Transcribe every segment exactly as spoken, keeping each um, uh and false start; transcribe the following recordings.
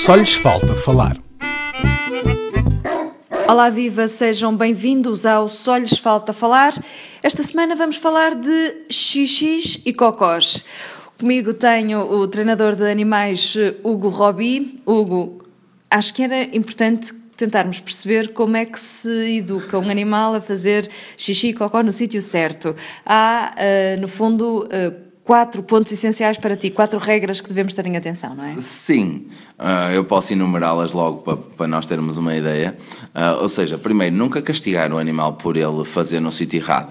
Só lhes falta falar. Olá, viva! Sejam bem-vindos ao Só lhes falta falar. Esta semana vamos falar de xixis e cocós. Comigo tenho o treinador de animais Hugo Robi. Hugo, acho que era importante tentarmos perceber como é que se educa um animal a fazer xixi e cocó no sítio certo. Há, uh, no fundo, uh, quatro pontos essenciais para ti, quatro regras que devemos ter em atenção, não é? Sim, uh, eu posso enumerá-las logo para, para nós termos uma ideia. Uh, ou seja, primeiro, nunca castigar o animal por ele fazer no sítio errado.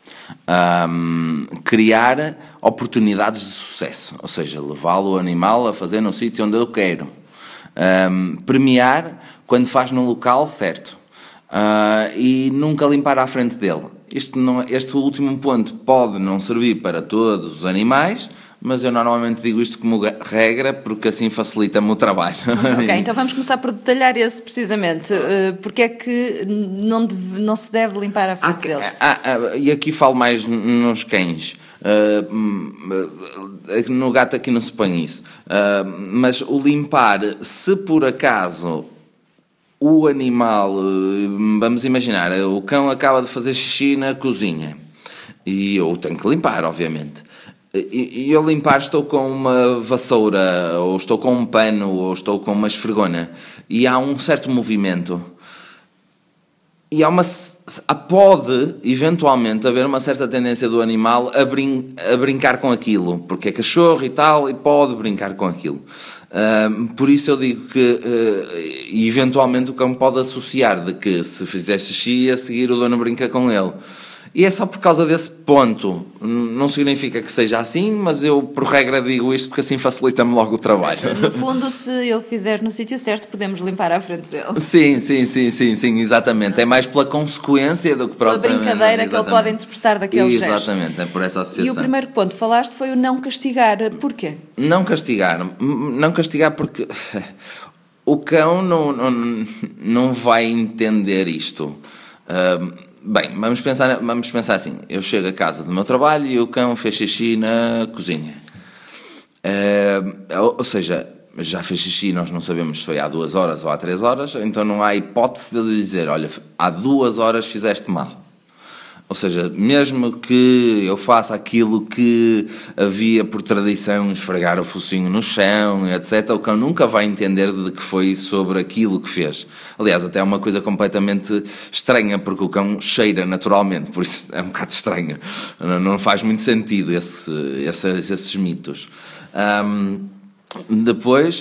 Um, criar oportunidades de sucesso, ou seja, levá-lo o animal a fazer no sítio onde eu quero. Um, premiar quando faz no local certo. Uh, e nunca limpar à frente dele. Este, não, este último ponto pode não servir para todos os animais, mas eu normalmente digo isto como regra porque assim facilita-me o trabalho. Ok, então vamos começar por detalhar esse precisamente. Uh, porque é que não, deve, não se deve limpar à frente deles? Ah, ah, e aqui falo mais nos cães. Uh, no gato aqui não se põe isso. Uh, mas o limpar, se por acaso o animal, vamos imaginar, o cão acaba de fazer xixi na cozinha e eu tenho que limpar, obviamente. E eu limpar, estou com uma vassoura, ou estou com um pano, ou estou com uma esfregona, e há um certo movimento. E há uma, pode, eventualmente, haver uma certa tendência do animal a, brin, a brincar com aquilo, porque é cachorro e tal, e pode brincar com aquilo. Uh, por isso eu digo que, uh, eventualmente, o cão pode associar de que, se fizer xixi, a seguir o dono brinca com ele. E é só por causa desse ponto. Não significa que seja assim, mas eu, por regra, digo isto porque assim facilita-me logo o trabalho. Seja, no fundo, se ele fizer no sítio certo, podemos limpar à frente dele. Sim, sim, sim, sim, sim, exatamente. É mais pela consequência do que pela brincadeira exatamente. Que ele pode interpretar daquele gesto. Exatamente, é por essa associação. E o primeiro ponto que falaste foi o não castigar. Porquê? Não castigar. Não castigar porque o cão não, não, não vai entender isto. Uh, Bem, vamos pensar, vamos pensar assim. Eu chego a casa do meu trabalho e o cão fez xixi na cozinha. Uh, ou, ou seja, já fez xixi, nós não sabemos se foi há duas horas ou há três horas, então não há hipótese de lhe dizer, olha, há duas horas fizeste mal. Ou seja, mesmo que eu faça aquilo que havia por tradição, esfregar o focinho no chão, etcétera, o cão nunca vai entender de que foi sobre aquilo que fez. Aliás, até é uma coisa completamente estranha, porque o cão cheira naturalmente, por isso é um bocado estranho. Não faz muito sentido esse, esse, esses mitos. Um, depois,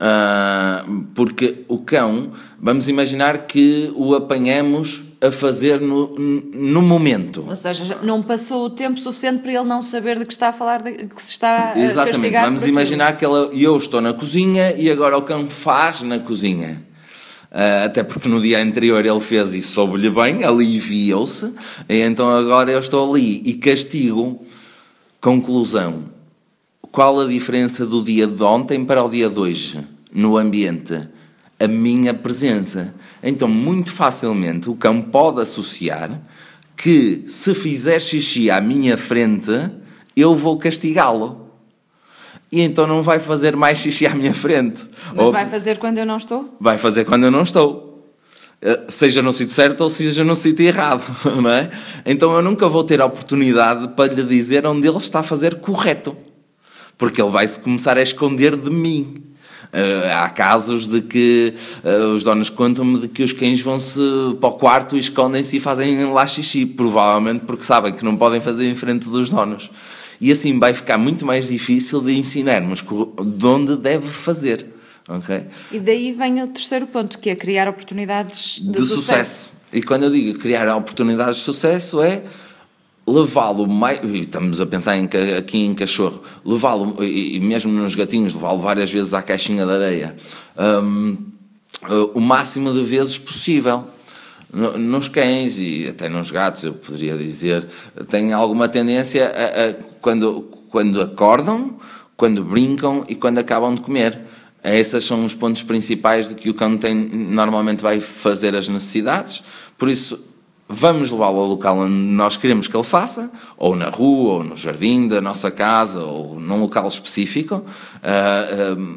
uh, porque o cão, vamos imaginar que o apanhamos a fazer no, no momento. Ou seja, não passou o tempo suficiente para ele não saber de que está a falar, de que se está a Exatamente. castigar. Vamos imaginar que ela, eu estou na cozinha e agora o cão faz na cozinha. Uh, até porque no dia anterior ele fez e soube-lhe bem, aliviou-se, e então agora eu estou ali e castigo. Conclusão. Qual a diferença do dia de ontem para o dia de hoje no ambiente? A minha presença. Então, muito facilmente, o cão pode associar que se fizer xixi à minha frente, eu vou castigá-lo. E então não vai fazer mais xixi à minha frente. Mas ou vai fazer quando eu não estou? Vai fazer quando eu não estou. Seja no sítio certo ou seja no sítio errado, não é? Então eu nunca vou ter a oportunidade para lhe dizer onde ele está a fazer correto. Porque ele vai-se começar a esconder de mim. Uh, há casos de que uh, os donos contam-me de que os cães vão-se para o quarto e escondem-se e fazem lá xixi, provavelmente porque sabem que não podem fazer em frente dos donos. E assim vai ficar muito mais difícil de ensinarmos de onde deve fazer. Okay? E daí vem o terceiro ponto, que é criar oportunidades de, de sucesso. sucesso. E quando eu digo criar oportunidades de sucesso é levá-lo mais, e estamos a pensar em, aqui em cachorro, levá-lo, e mesmo nos gatinhos, levá-lo várias vezes à caixinha de areia, um, o máximo de vezes possível. Nos cães e até nos gatos, eu poderia dizer, têm alguma tendência a, a quando, quando acordam, quando brincam e quando acabam de comer. Esses são os pontos principais de que o cão tem, normalmente vai fazer as necessidades, por isso vamos levá-lo ao local onde nós queremos que ele faça, ou na rua, ou no jardim da nossa casa, ou num local específico, uh, uh,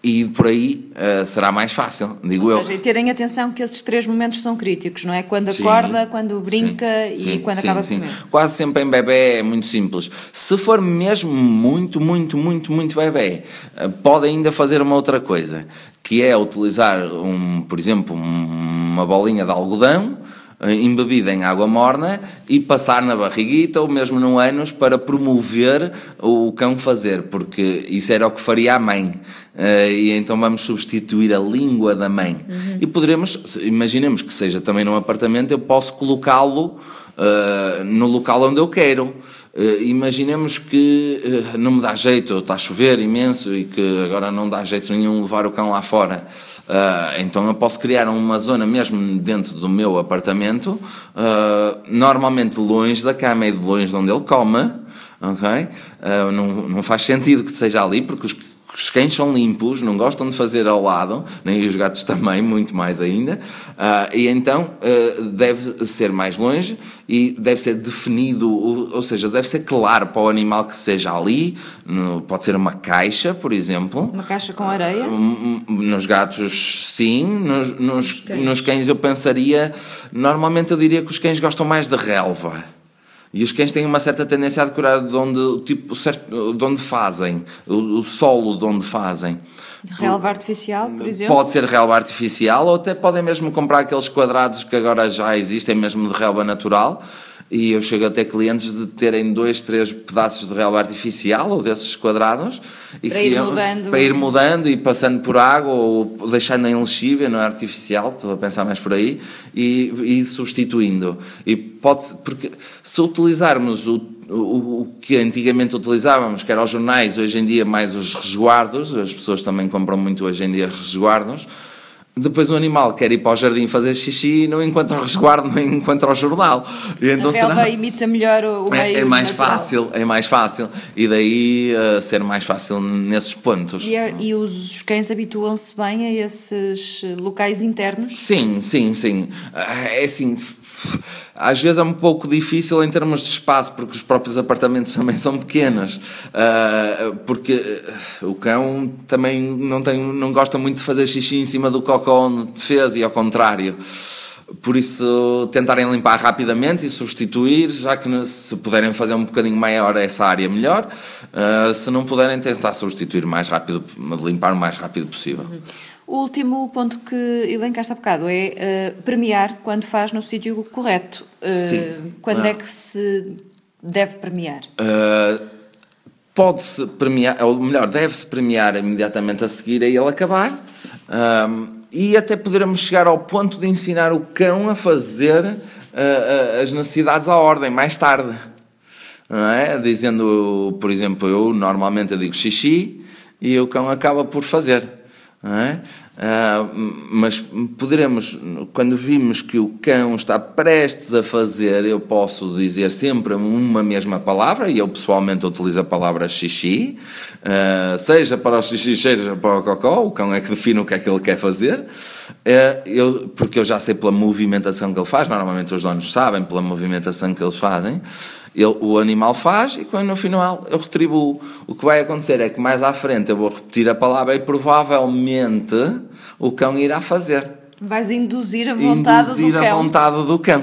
e por aí uh, será mais fácil, digo eu. Ou seja, e terem atenção que esses três momentos são críticos, não é? Quando acorda, sim, quando brinca sim, e sim, quando sim, acaba de comer. Quase sempre em bebê é muito simples. Se for mesmo muito, muito, muito, muito bebê, uh, pode ainda fazer uma outra coisa, que é utilizar, um, por exemplo, uma bolinha de algodão embebida em água morna e passar na barriguita ou mesmo no ânus para promover o cão fazer, porque isso era o que faria a mãe. Uh, e então vamos substituir a língua da mãe. Uhum. E poderemos, imaginemos que seja também num apartamento, eu posso colocá-lo uh, no local onde eu quero. Uh, imaginemos que uh, não me dá jeito, está a chover imenso e que agora não dá jeito nenhum levar o cão lá fora. Uh, então eu posso criar uma zona mesmo dentro do meu apartamento, uh, normalmente longe da cama e de longe de onde ele come, ok? Uh, não, não faz sentido que seja ali, porque os Os cães são limpos, não gostam de fazer ao lado, nem os gatos também, muito mais ainda, uh, e então uh, deve ser mais longe e deve ser definido, ou seja, deve ser claro para o animal que seja ali, no, pode ser uma caixa, por exemplo. Uma caixa com areia? Uh, nos gatos, sim, nos, nos, okay. nos cães eu pensaria, normalmente eu diria que os cães gostam mais de relva. E os cães têm uma certa tendência a decorar de onde, tipo, de onde fazem, o, o solo de onde fazem. Relva artificial, por exemplo? Pode ser relva artificial, ou até podem mesmo comprar aqueles quadrados que agora já existem mesmo de relva natural. E eu chego a ter clientes de terem dois, três pedaços de relva artificial, ou desses quadrados, e para, ir mudando. para ir mudando e passando por água, ou deixando em lexívia, não é artificial, estou a pensar mais por aí, e, e substituindo. E pode, porque se utilizarmos o, o, o que antigamente utilizávamos, que eram os jornais, hoje em dia mais os resguardos, as pessoas também compram muito hoje em dia resguardos. Depois o animal quer ir para o jardim fazer xixi e não encontra o resguardo nem encontra o jornal. E então a relva será... imita melhor o meio é, é mais natural. fácil, é mais fácil. E daí uh, ser mais fácil nesses pontos. E, é, e os cães habituam-se bem a esses locais internos? Sim, sim, sim. É assim... Às vezes é um pouco difícil em termos de espaço, porque os próprios apartamentos também são pequenos, uh, porque o cão também não, tem, não gosta muito de fazer xixi em cima do cocó onde fez, e ao contrário. Por isso, tentarem limpar rapidamente e substituir, já que se puderem fazer um bocadinho maior essa área, melhor. Uh, se não puderem, tentar substituir mais rápido, limpar o mais rápido possível. Uhum. O último ponto que elencaste há bocado é uh, premiar quando faz no sítio correto. Uh, Sim. Quando ah. é que se deve premiar? Uh, pode-se premiar, ou melhor, deve-se premiar imediatamente a seguir a ele acabar. Uh, e até poderemos chegar ao ponto de ensinar o cão a fazer uh, uh, as necessidades à ordem, mais tarde. Não é? Dizendo, por exemplo, eu normalmente eu digo xixi e o cão acaba por fazer. Não é? Uh, mas poderemos, quando vimos que o cão está prestes a fazer, eu posso dizer sempre uma mesma palavra, e eu pessoalmente utilizo a palavra xixi, uh, seja para o xixi, seja para o cocó, o cão é que define o que é que ele quer fazer, uh, eu, porque eu já sei pela movimentação que ele faz, normalmente os donos sabem pela movimentação que eles fazem. Ele, o animal faz, e quando no final eu retribuo. O que vai acontecer é que mais à frente eu vou repetir a palavra e provavelmente o cão irá fazer. Vais induzir a vontade induzir do a cão. vontade do cão.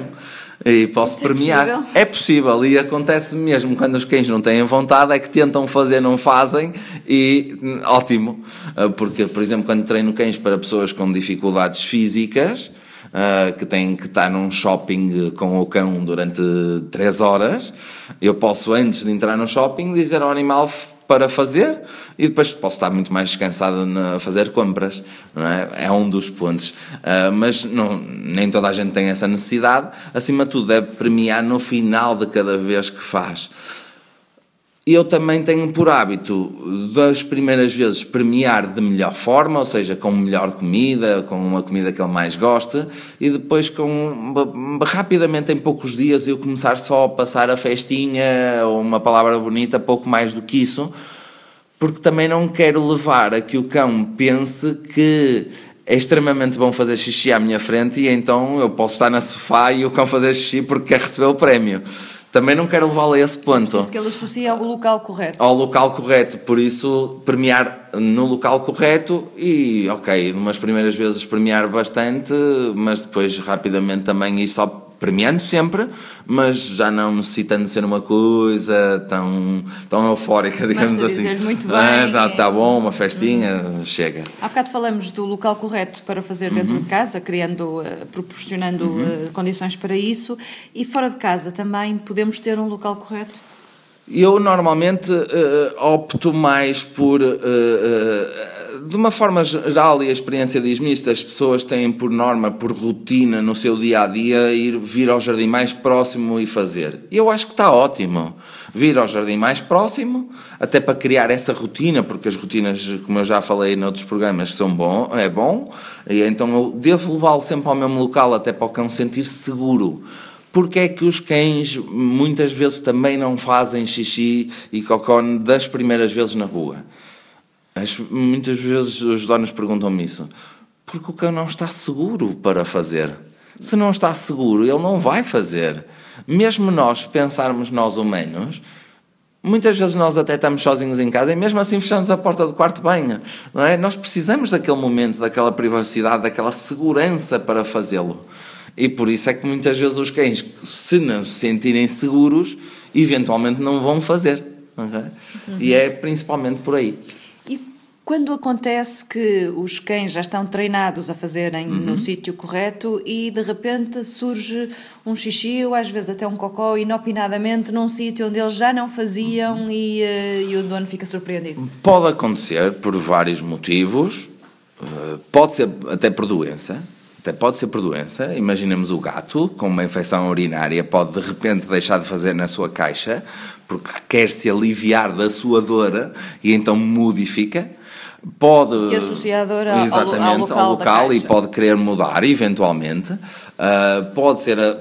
E posso Isso premiar. É possível? É possível, e acontece mesmo quando os cães não têm vontade, é que tentam fazer, não fazem, e ótimo. Porque, por exemplo, quando treino cães para pessoas com dificuldades físicas, Uh, que têm que estar num shopping com o cão durante três horas, eu posso, antes de entrar no shopping, dizer ao animal para fazer, e depois posso estar muito mais descansado a fazer compras, não é? É um dos pontos. Uh, mas não, nem toda a gente tem essa necessidade. Acima de tudo, deve premiar no final de cada vez que faz. Eu também tenho por hábito, das primeiras vezes, premiar de melhor forma, ou seja, com melhor comida, com uma comida que ele mais gosta, e depois, com, rapidamente, em poucos dias, eu começar só a passar a festinha, ou uma palavra bonita, pouco mais do que isso, porque também não quero levar a que o cão pense que é extremamente bom fazer xixi à minha frente, e então eu posso estar no sofá e o cão fazer xixi porque quer receber o prémio. também não quero levá-lo a esse ponto. Diz que ele associa ao local correto. Ao local correto, por isso premiar no local correto e, ok, umas primeiras vezes premiar bastante, mas depois rapidamente também ir só premiando sempre, mas já não necessitando ser uma coisa tão, tão eufórica, digamos mas assim. Muito bem. Ah, tá, tá bom, uma festinha, uhum. chega. Há bocado falamos do local correto para fazer dentro uhum. de casa, criando, uh, proporcionando uhum. uh, condições para isso, e fora de casa também podemos ter um local correto? Eu normalmente uh, opto mais por, uh, uh, de uma forma geral, e a experiência diz-me isto, as pessoas têm por norma, por rotina no seu dia-a-dia, ir vir ao jardim mais próximo e fazer. E eu acho que está ótimo vir ao jardim mais próximo, até para criar essa rotina, porque as rotinas, como eu já falei noutros programas, são bom, é bom, e então eu devo levá-lo sempre ao mesmo local, até para o cão sentir-se seguro. Porque é que os cães muitas vezes também não fazem xixi e cocó das primeiras vezes na rua? As, muitas vezes os donos perguntam-me isso. Porque o cão não está seguro para fazer. Se não está seguro, ele não vai fazer. Mesmo nós pensarmos, nós humanos, muitas vezes nós até estamos sozinhos em casa e mesmo assim fechamos a porta do quarto de banho. Não é? Nós precisamos daquele momento, daquela privacidade, daquela segurança para fazê-lo. E por isso é que muitas vezes os cães, se não se sentirem seguros, eventualmente não vão fazer. Okay? Uhum. E é principalmente por aí. E quando acontece que os cães já estão treinados a fazerem uhum. no sítio correto e de repente surge um xixi ou às vezes até um cocó inopinadamente num sítio onde eles já não faziam uhum. e, uh, e o dono fica surpreendido? Pode acontecer por vários motivos, uh, pode ser até por doença. Até pode ser por doença. Imaginemos o gato com uma infecção urinária, pode de repente deixar de fazer na sua caixa porque quer se aliviar da sua dor e então modifica. Pode, que associa a dor ao, exatamente, ao local, ao local e pode querer mudar eventualmente. Uh, pode ser a,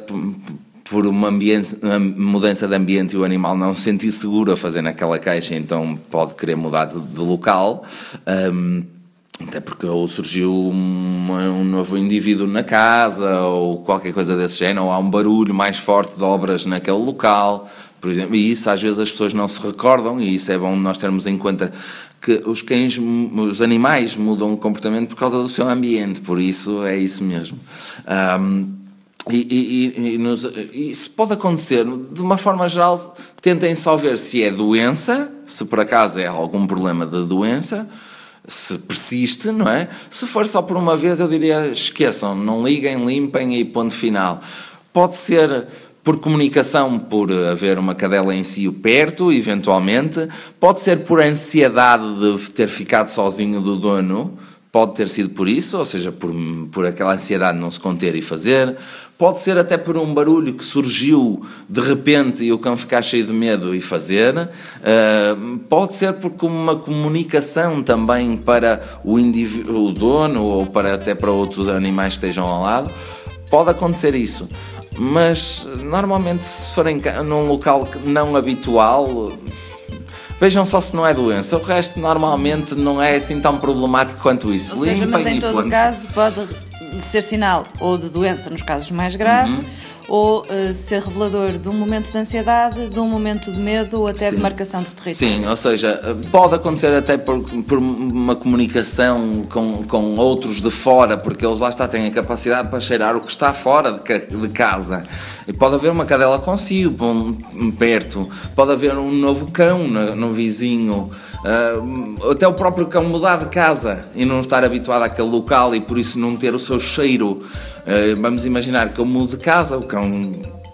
por uma, ambiente, uma mudança de ambiente e o animal não se sentir seguro a fazer naquela caixa, então pode querer mudar de, de local. Um, Até porque ou surgiu um, um novo indivíduo na casa, ou qualquer coisa desse género, ou há um barulho mais forte de obras naquele local, por exemplo. E isso às vezes as pessoas não se recordam, e isso é bom nós termos em conta que os cães, os animais mudam o comportamento por causa do seu ambiente, por isso é isso mesmo. Um, E, e, e, nos, e isso pode acontecer, de uma forma geral, tentem só ver se é doença, se por acaso é algum problema de doença, se persiste, não é? Se for só por uma vez, eu diria, esqueçam, não liguem, limpem e ponto final. Pode ser por comunicação, por haver uma cadela em si perto, eventualmente. Pode ser por ansiedade de ter ficado sozinho do dono. Pode ter sido por isso, ou seja, por, por aquela ansiedade de não se conter e fazer. Pode ser até por um barulho que surgiu de repente e o cão ficar cheio de medo e fazer. Uh, pode ser por uma comunicação também para o, indiví- o dono ou para, até para outros animais que estejam ao lado. Pode acontecer isso. Mas, normalmente, se forem num local não habitual... Vejam só se não é doença. O resto, normalmente, não é assim tão problemático quanto isso. Ou seja, mas em todo o caso pode ser sinal ou de doença nos casos mais graves, uhum. ou uh, ser revelador de um momento de ansiedade, de um momento de medo ou até Sim. de marcação de território. Sim, ou seja, pode acontecer até por, por uma comunicação com, com outros de fora, porque eles lá está, têm a capacidade para cheirar o que está fora de, de casa. E pode haver uma cadela consigo, um, perto, pode haver um novo cão no, no vizinho, uh, até o próprio cão mudar de casa e não estar habituado àquele local e por isso não ter o seu cheiro. Uh, vamos imaginar que eu mudo de casa, o cão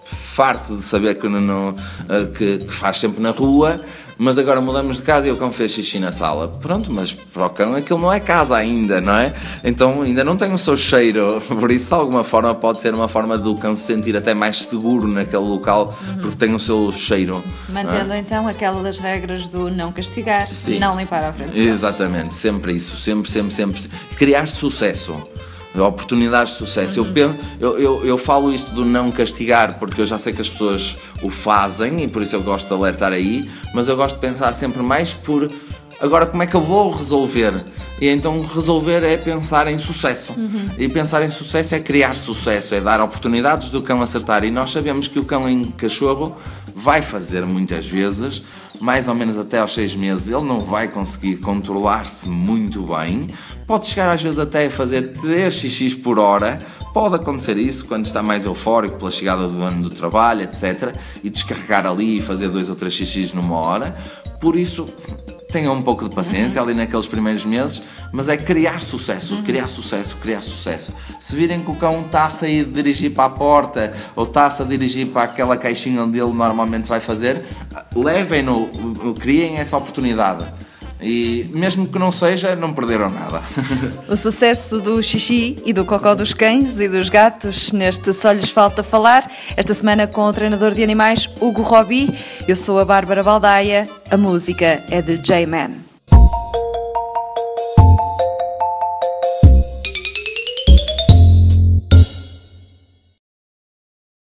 farto de saber que, não, uh, que, que faz sempre na rua, mas agora mudamos de casa e o cão fez xixi na sala. Pronto, mas para o cão aquilo não é casa ainda, não é? Então ainda não tem o seu cheiro, por isso de alguma forma pode ser uma forma do cão se sentir até mais seguro naquele local, uhum. porque tem o seu cheiro. Mantendo é? Então aquela das regras do não castigar, Sim. não limpar à frente. Exatamente, sempre isso, sempre, sempre, sempre. Criar sucesso. Oportunidades de sucesso. Uhum. Eu, penso, eu, eu, eu falo isto do não castigar porque eu já sei que as pessoas o fazem e por isso eu gosto de alertar aí, mas eu gosto de pensar sempre mais por agora como é que eu vou resolver. E então resolver é pensar em sucesso. Uhum. E pensar em sucesso é criar sucesso, é dar oportunidades do cão acertar. E nós sabemos que o cão em cachorro vai fazer muitas vezes, mais ou menos até aos seis meses ele não vai conseguir controlar-se muito bem, pode chegar às vezes até a fazer três xixis por hora, pode acontecer isso quando está mais eufórico pela chegada do ano do trabalho, etcétera, e descarregar ali e fazer dois ou três xixis numa hora, por isso... Tenham um pouco de paciência ali naqueles primeiros meses, mas é criar sucesso, criar sucesso, criar sucesso. Se virem que o cão está-se a ir dirigir para a porta ou está-se a dirigir para aquela caixinha onde ele normalmente vai fazer, levem-no, criem essa oportunidade. E mesmo que não seja, não perderam nada. O sucesso do xixi e do cocó dos cães e dos gatos neste Só Lhes Falta Falar, esta semana com o treinador de animais Hugo Robi. Eu sou a Bárbara Baldaia, a música é de J-Man.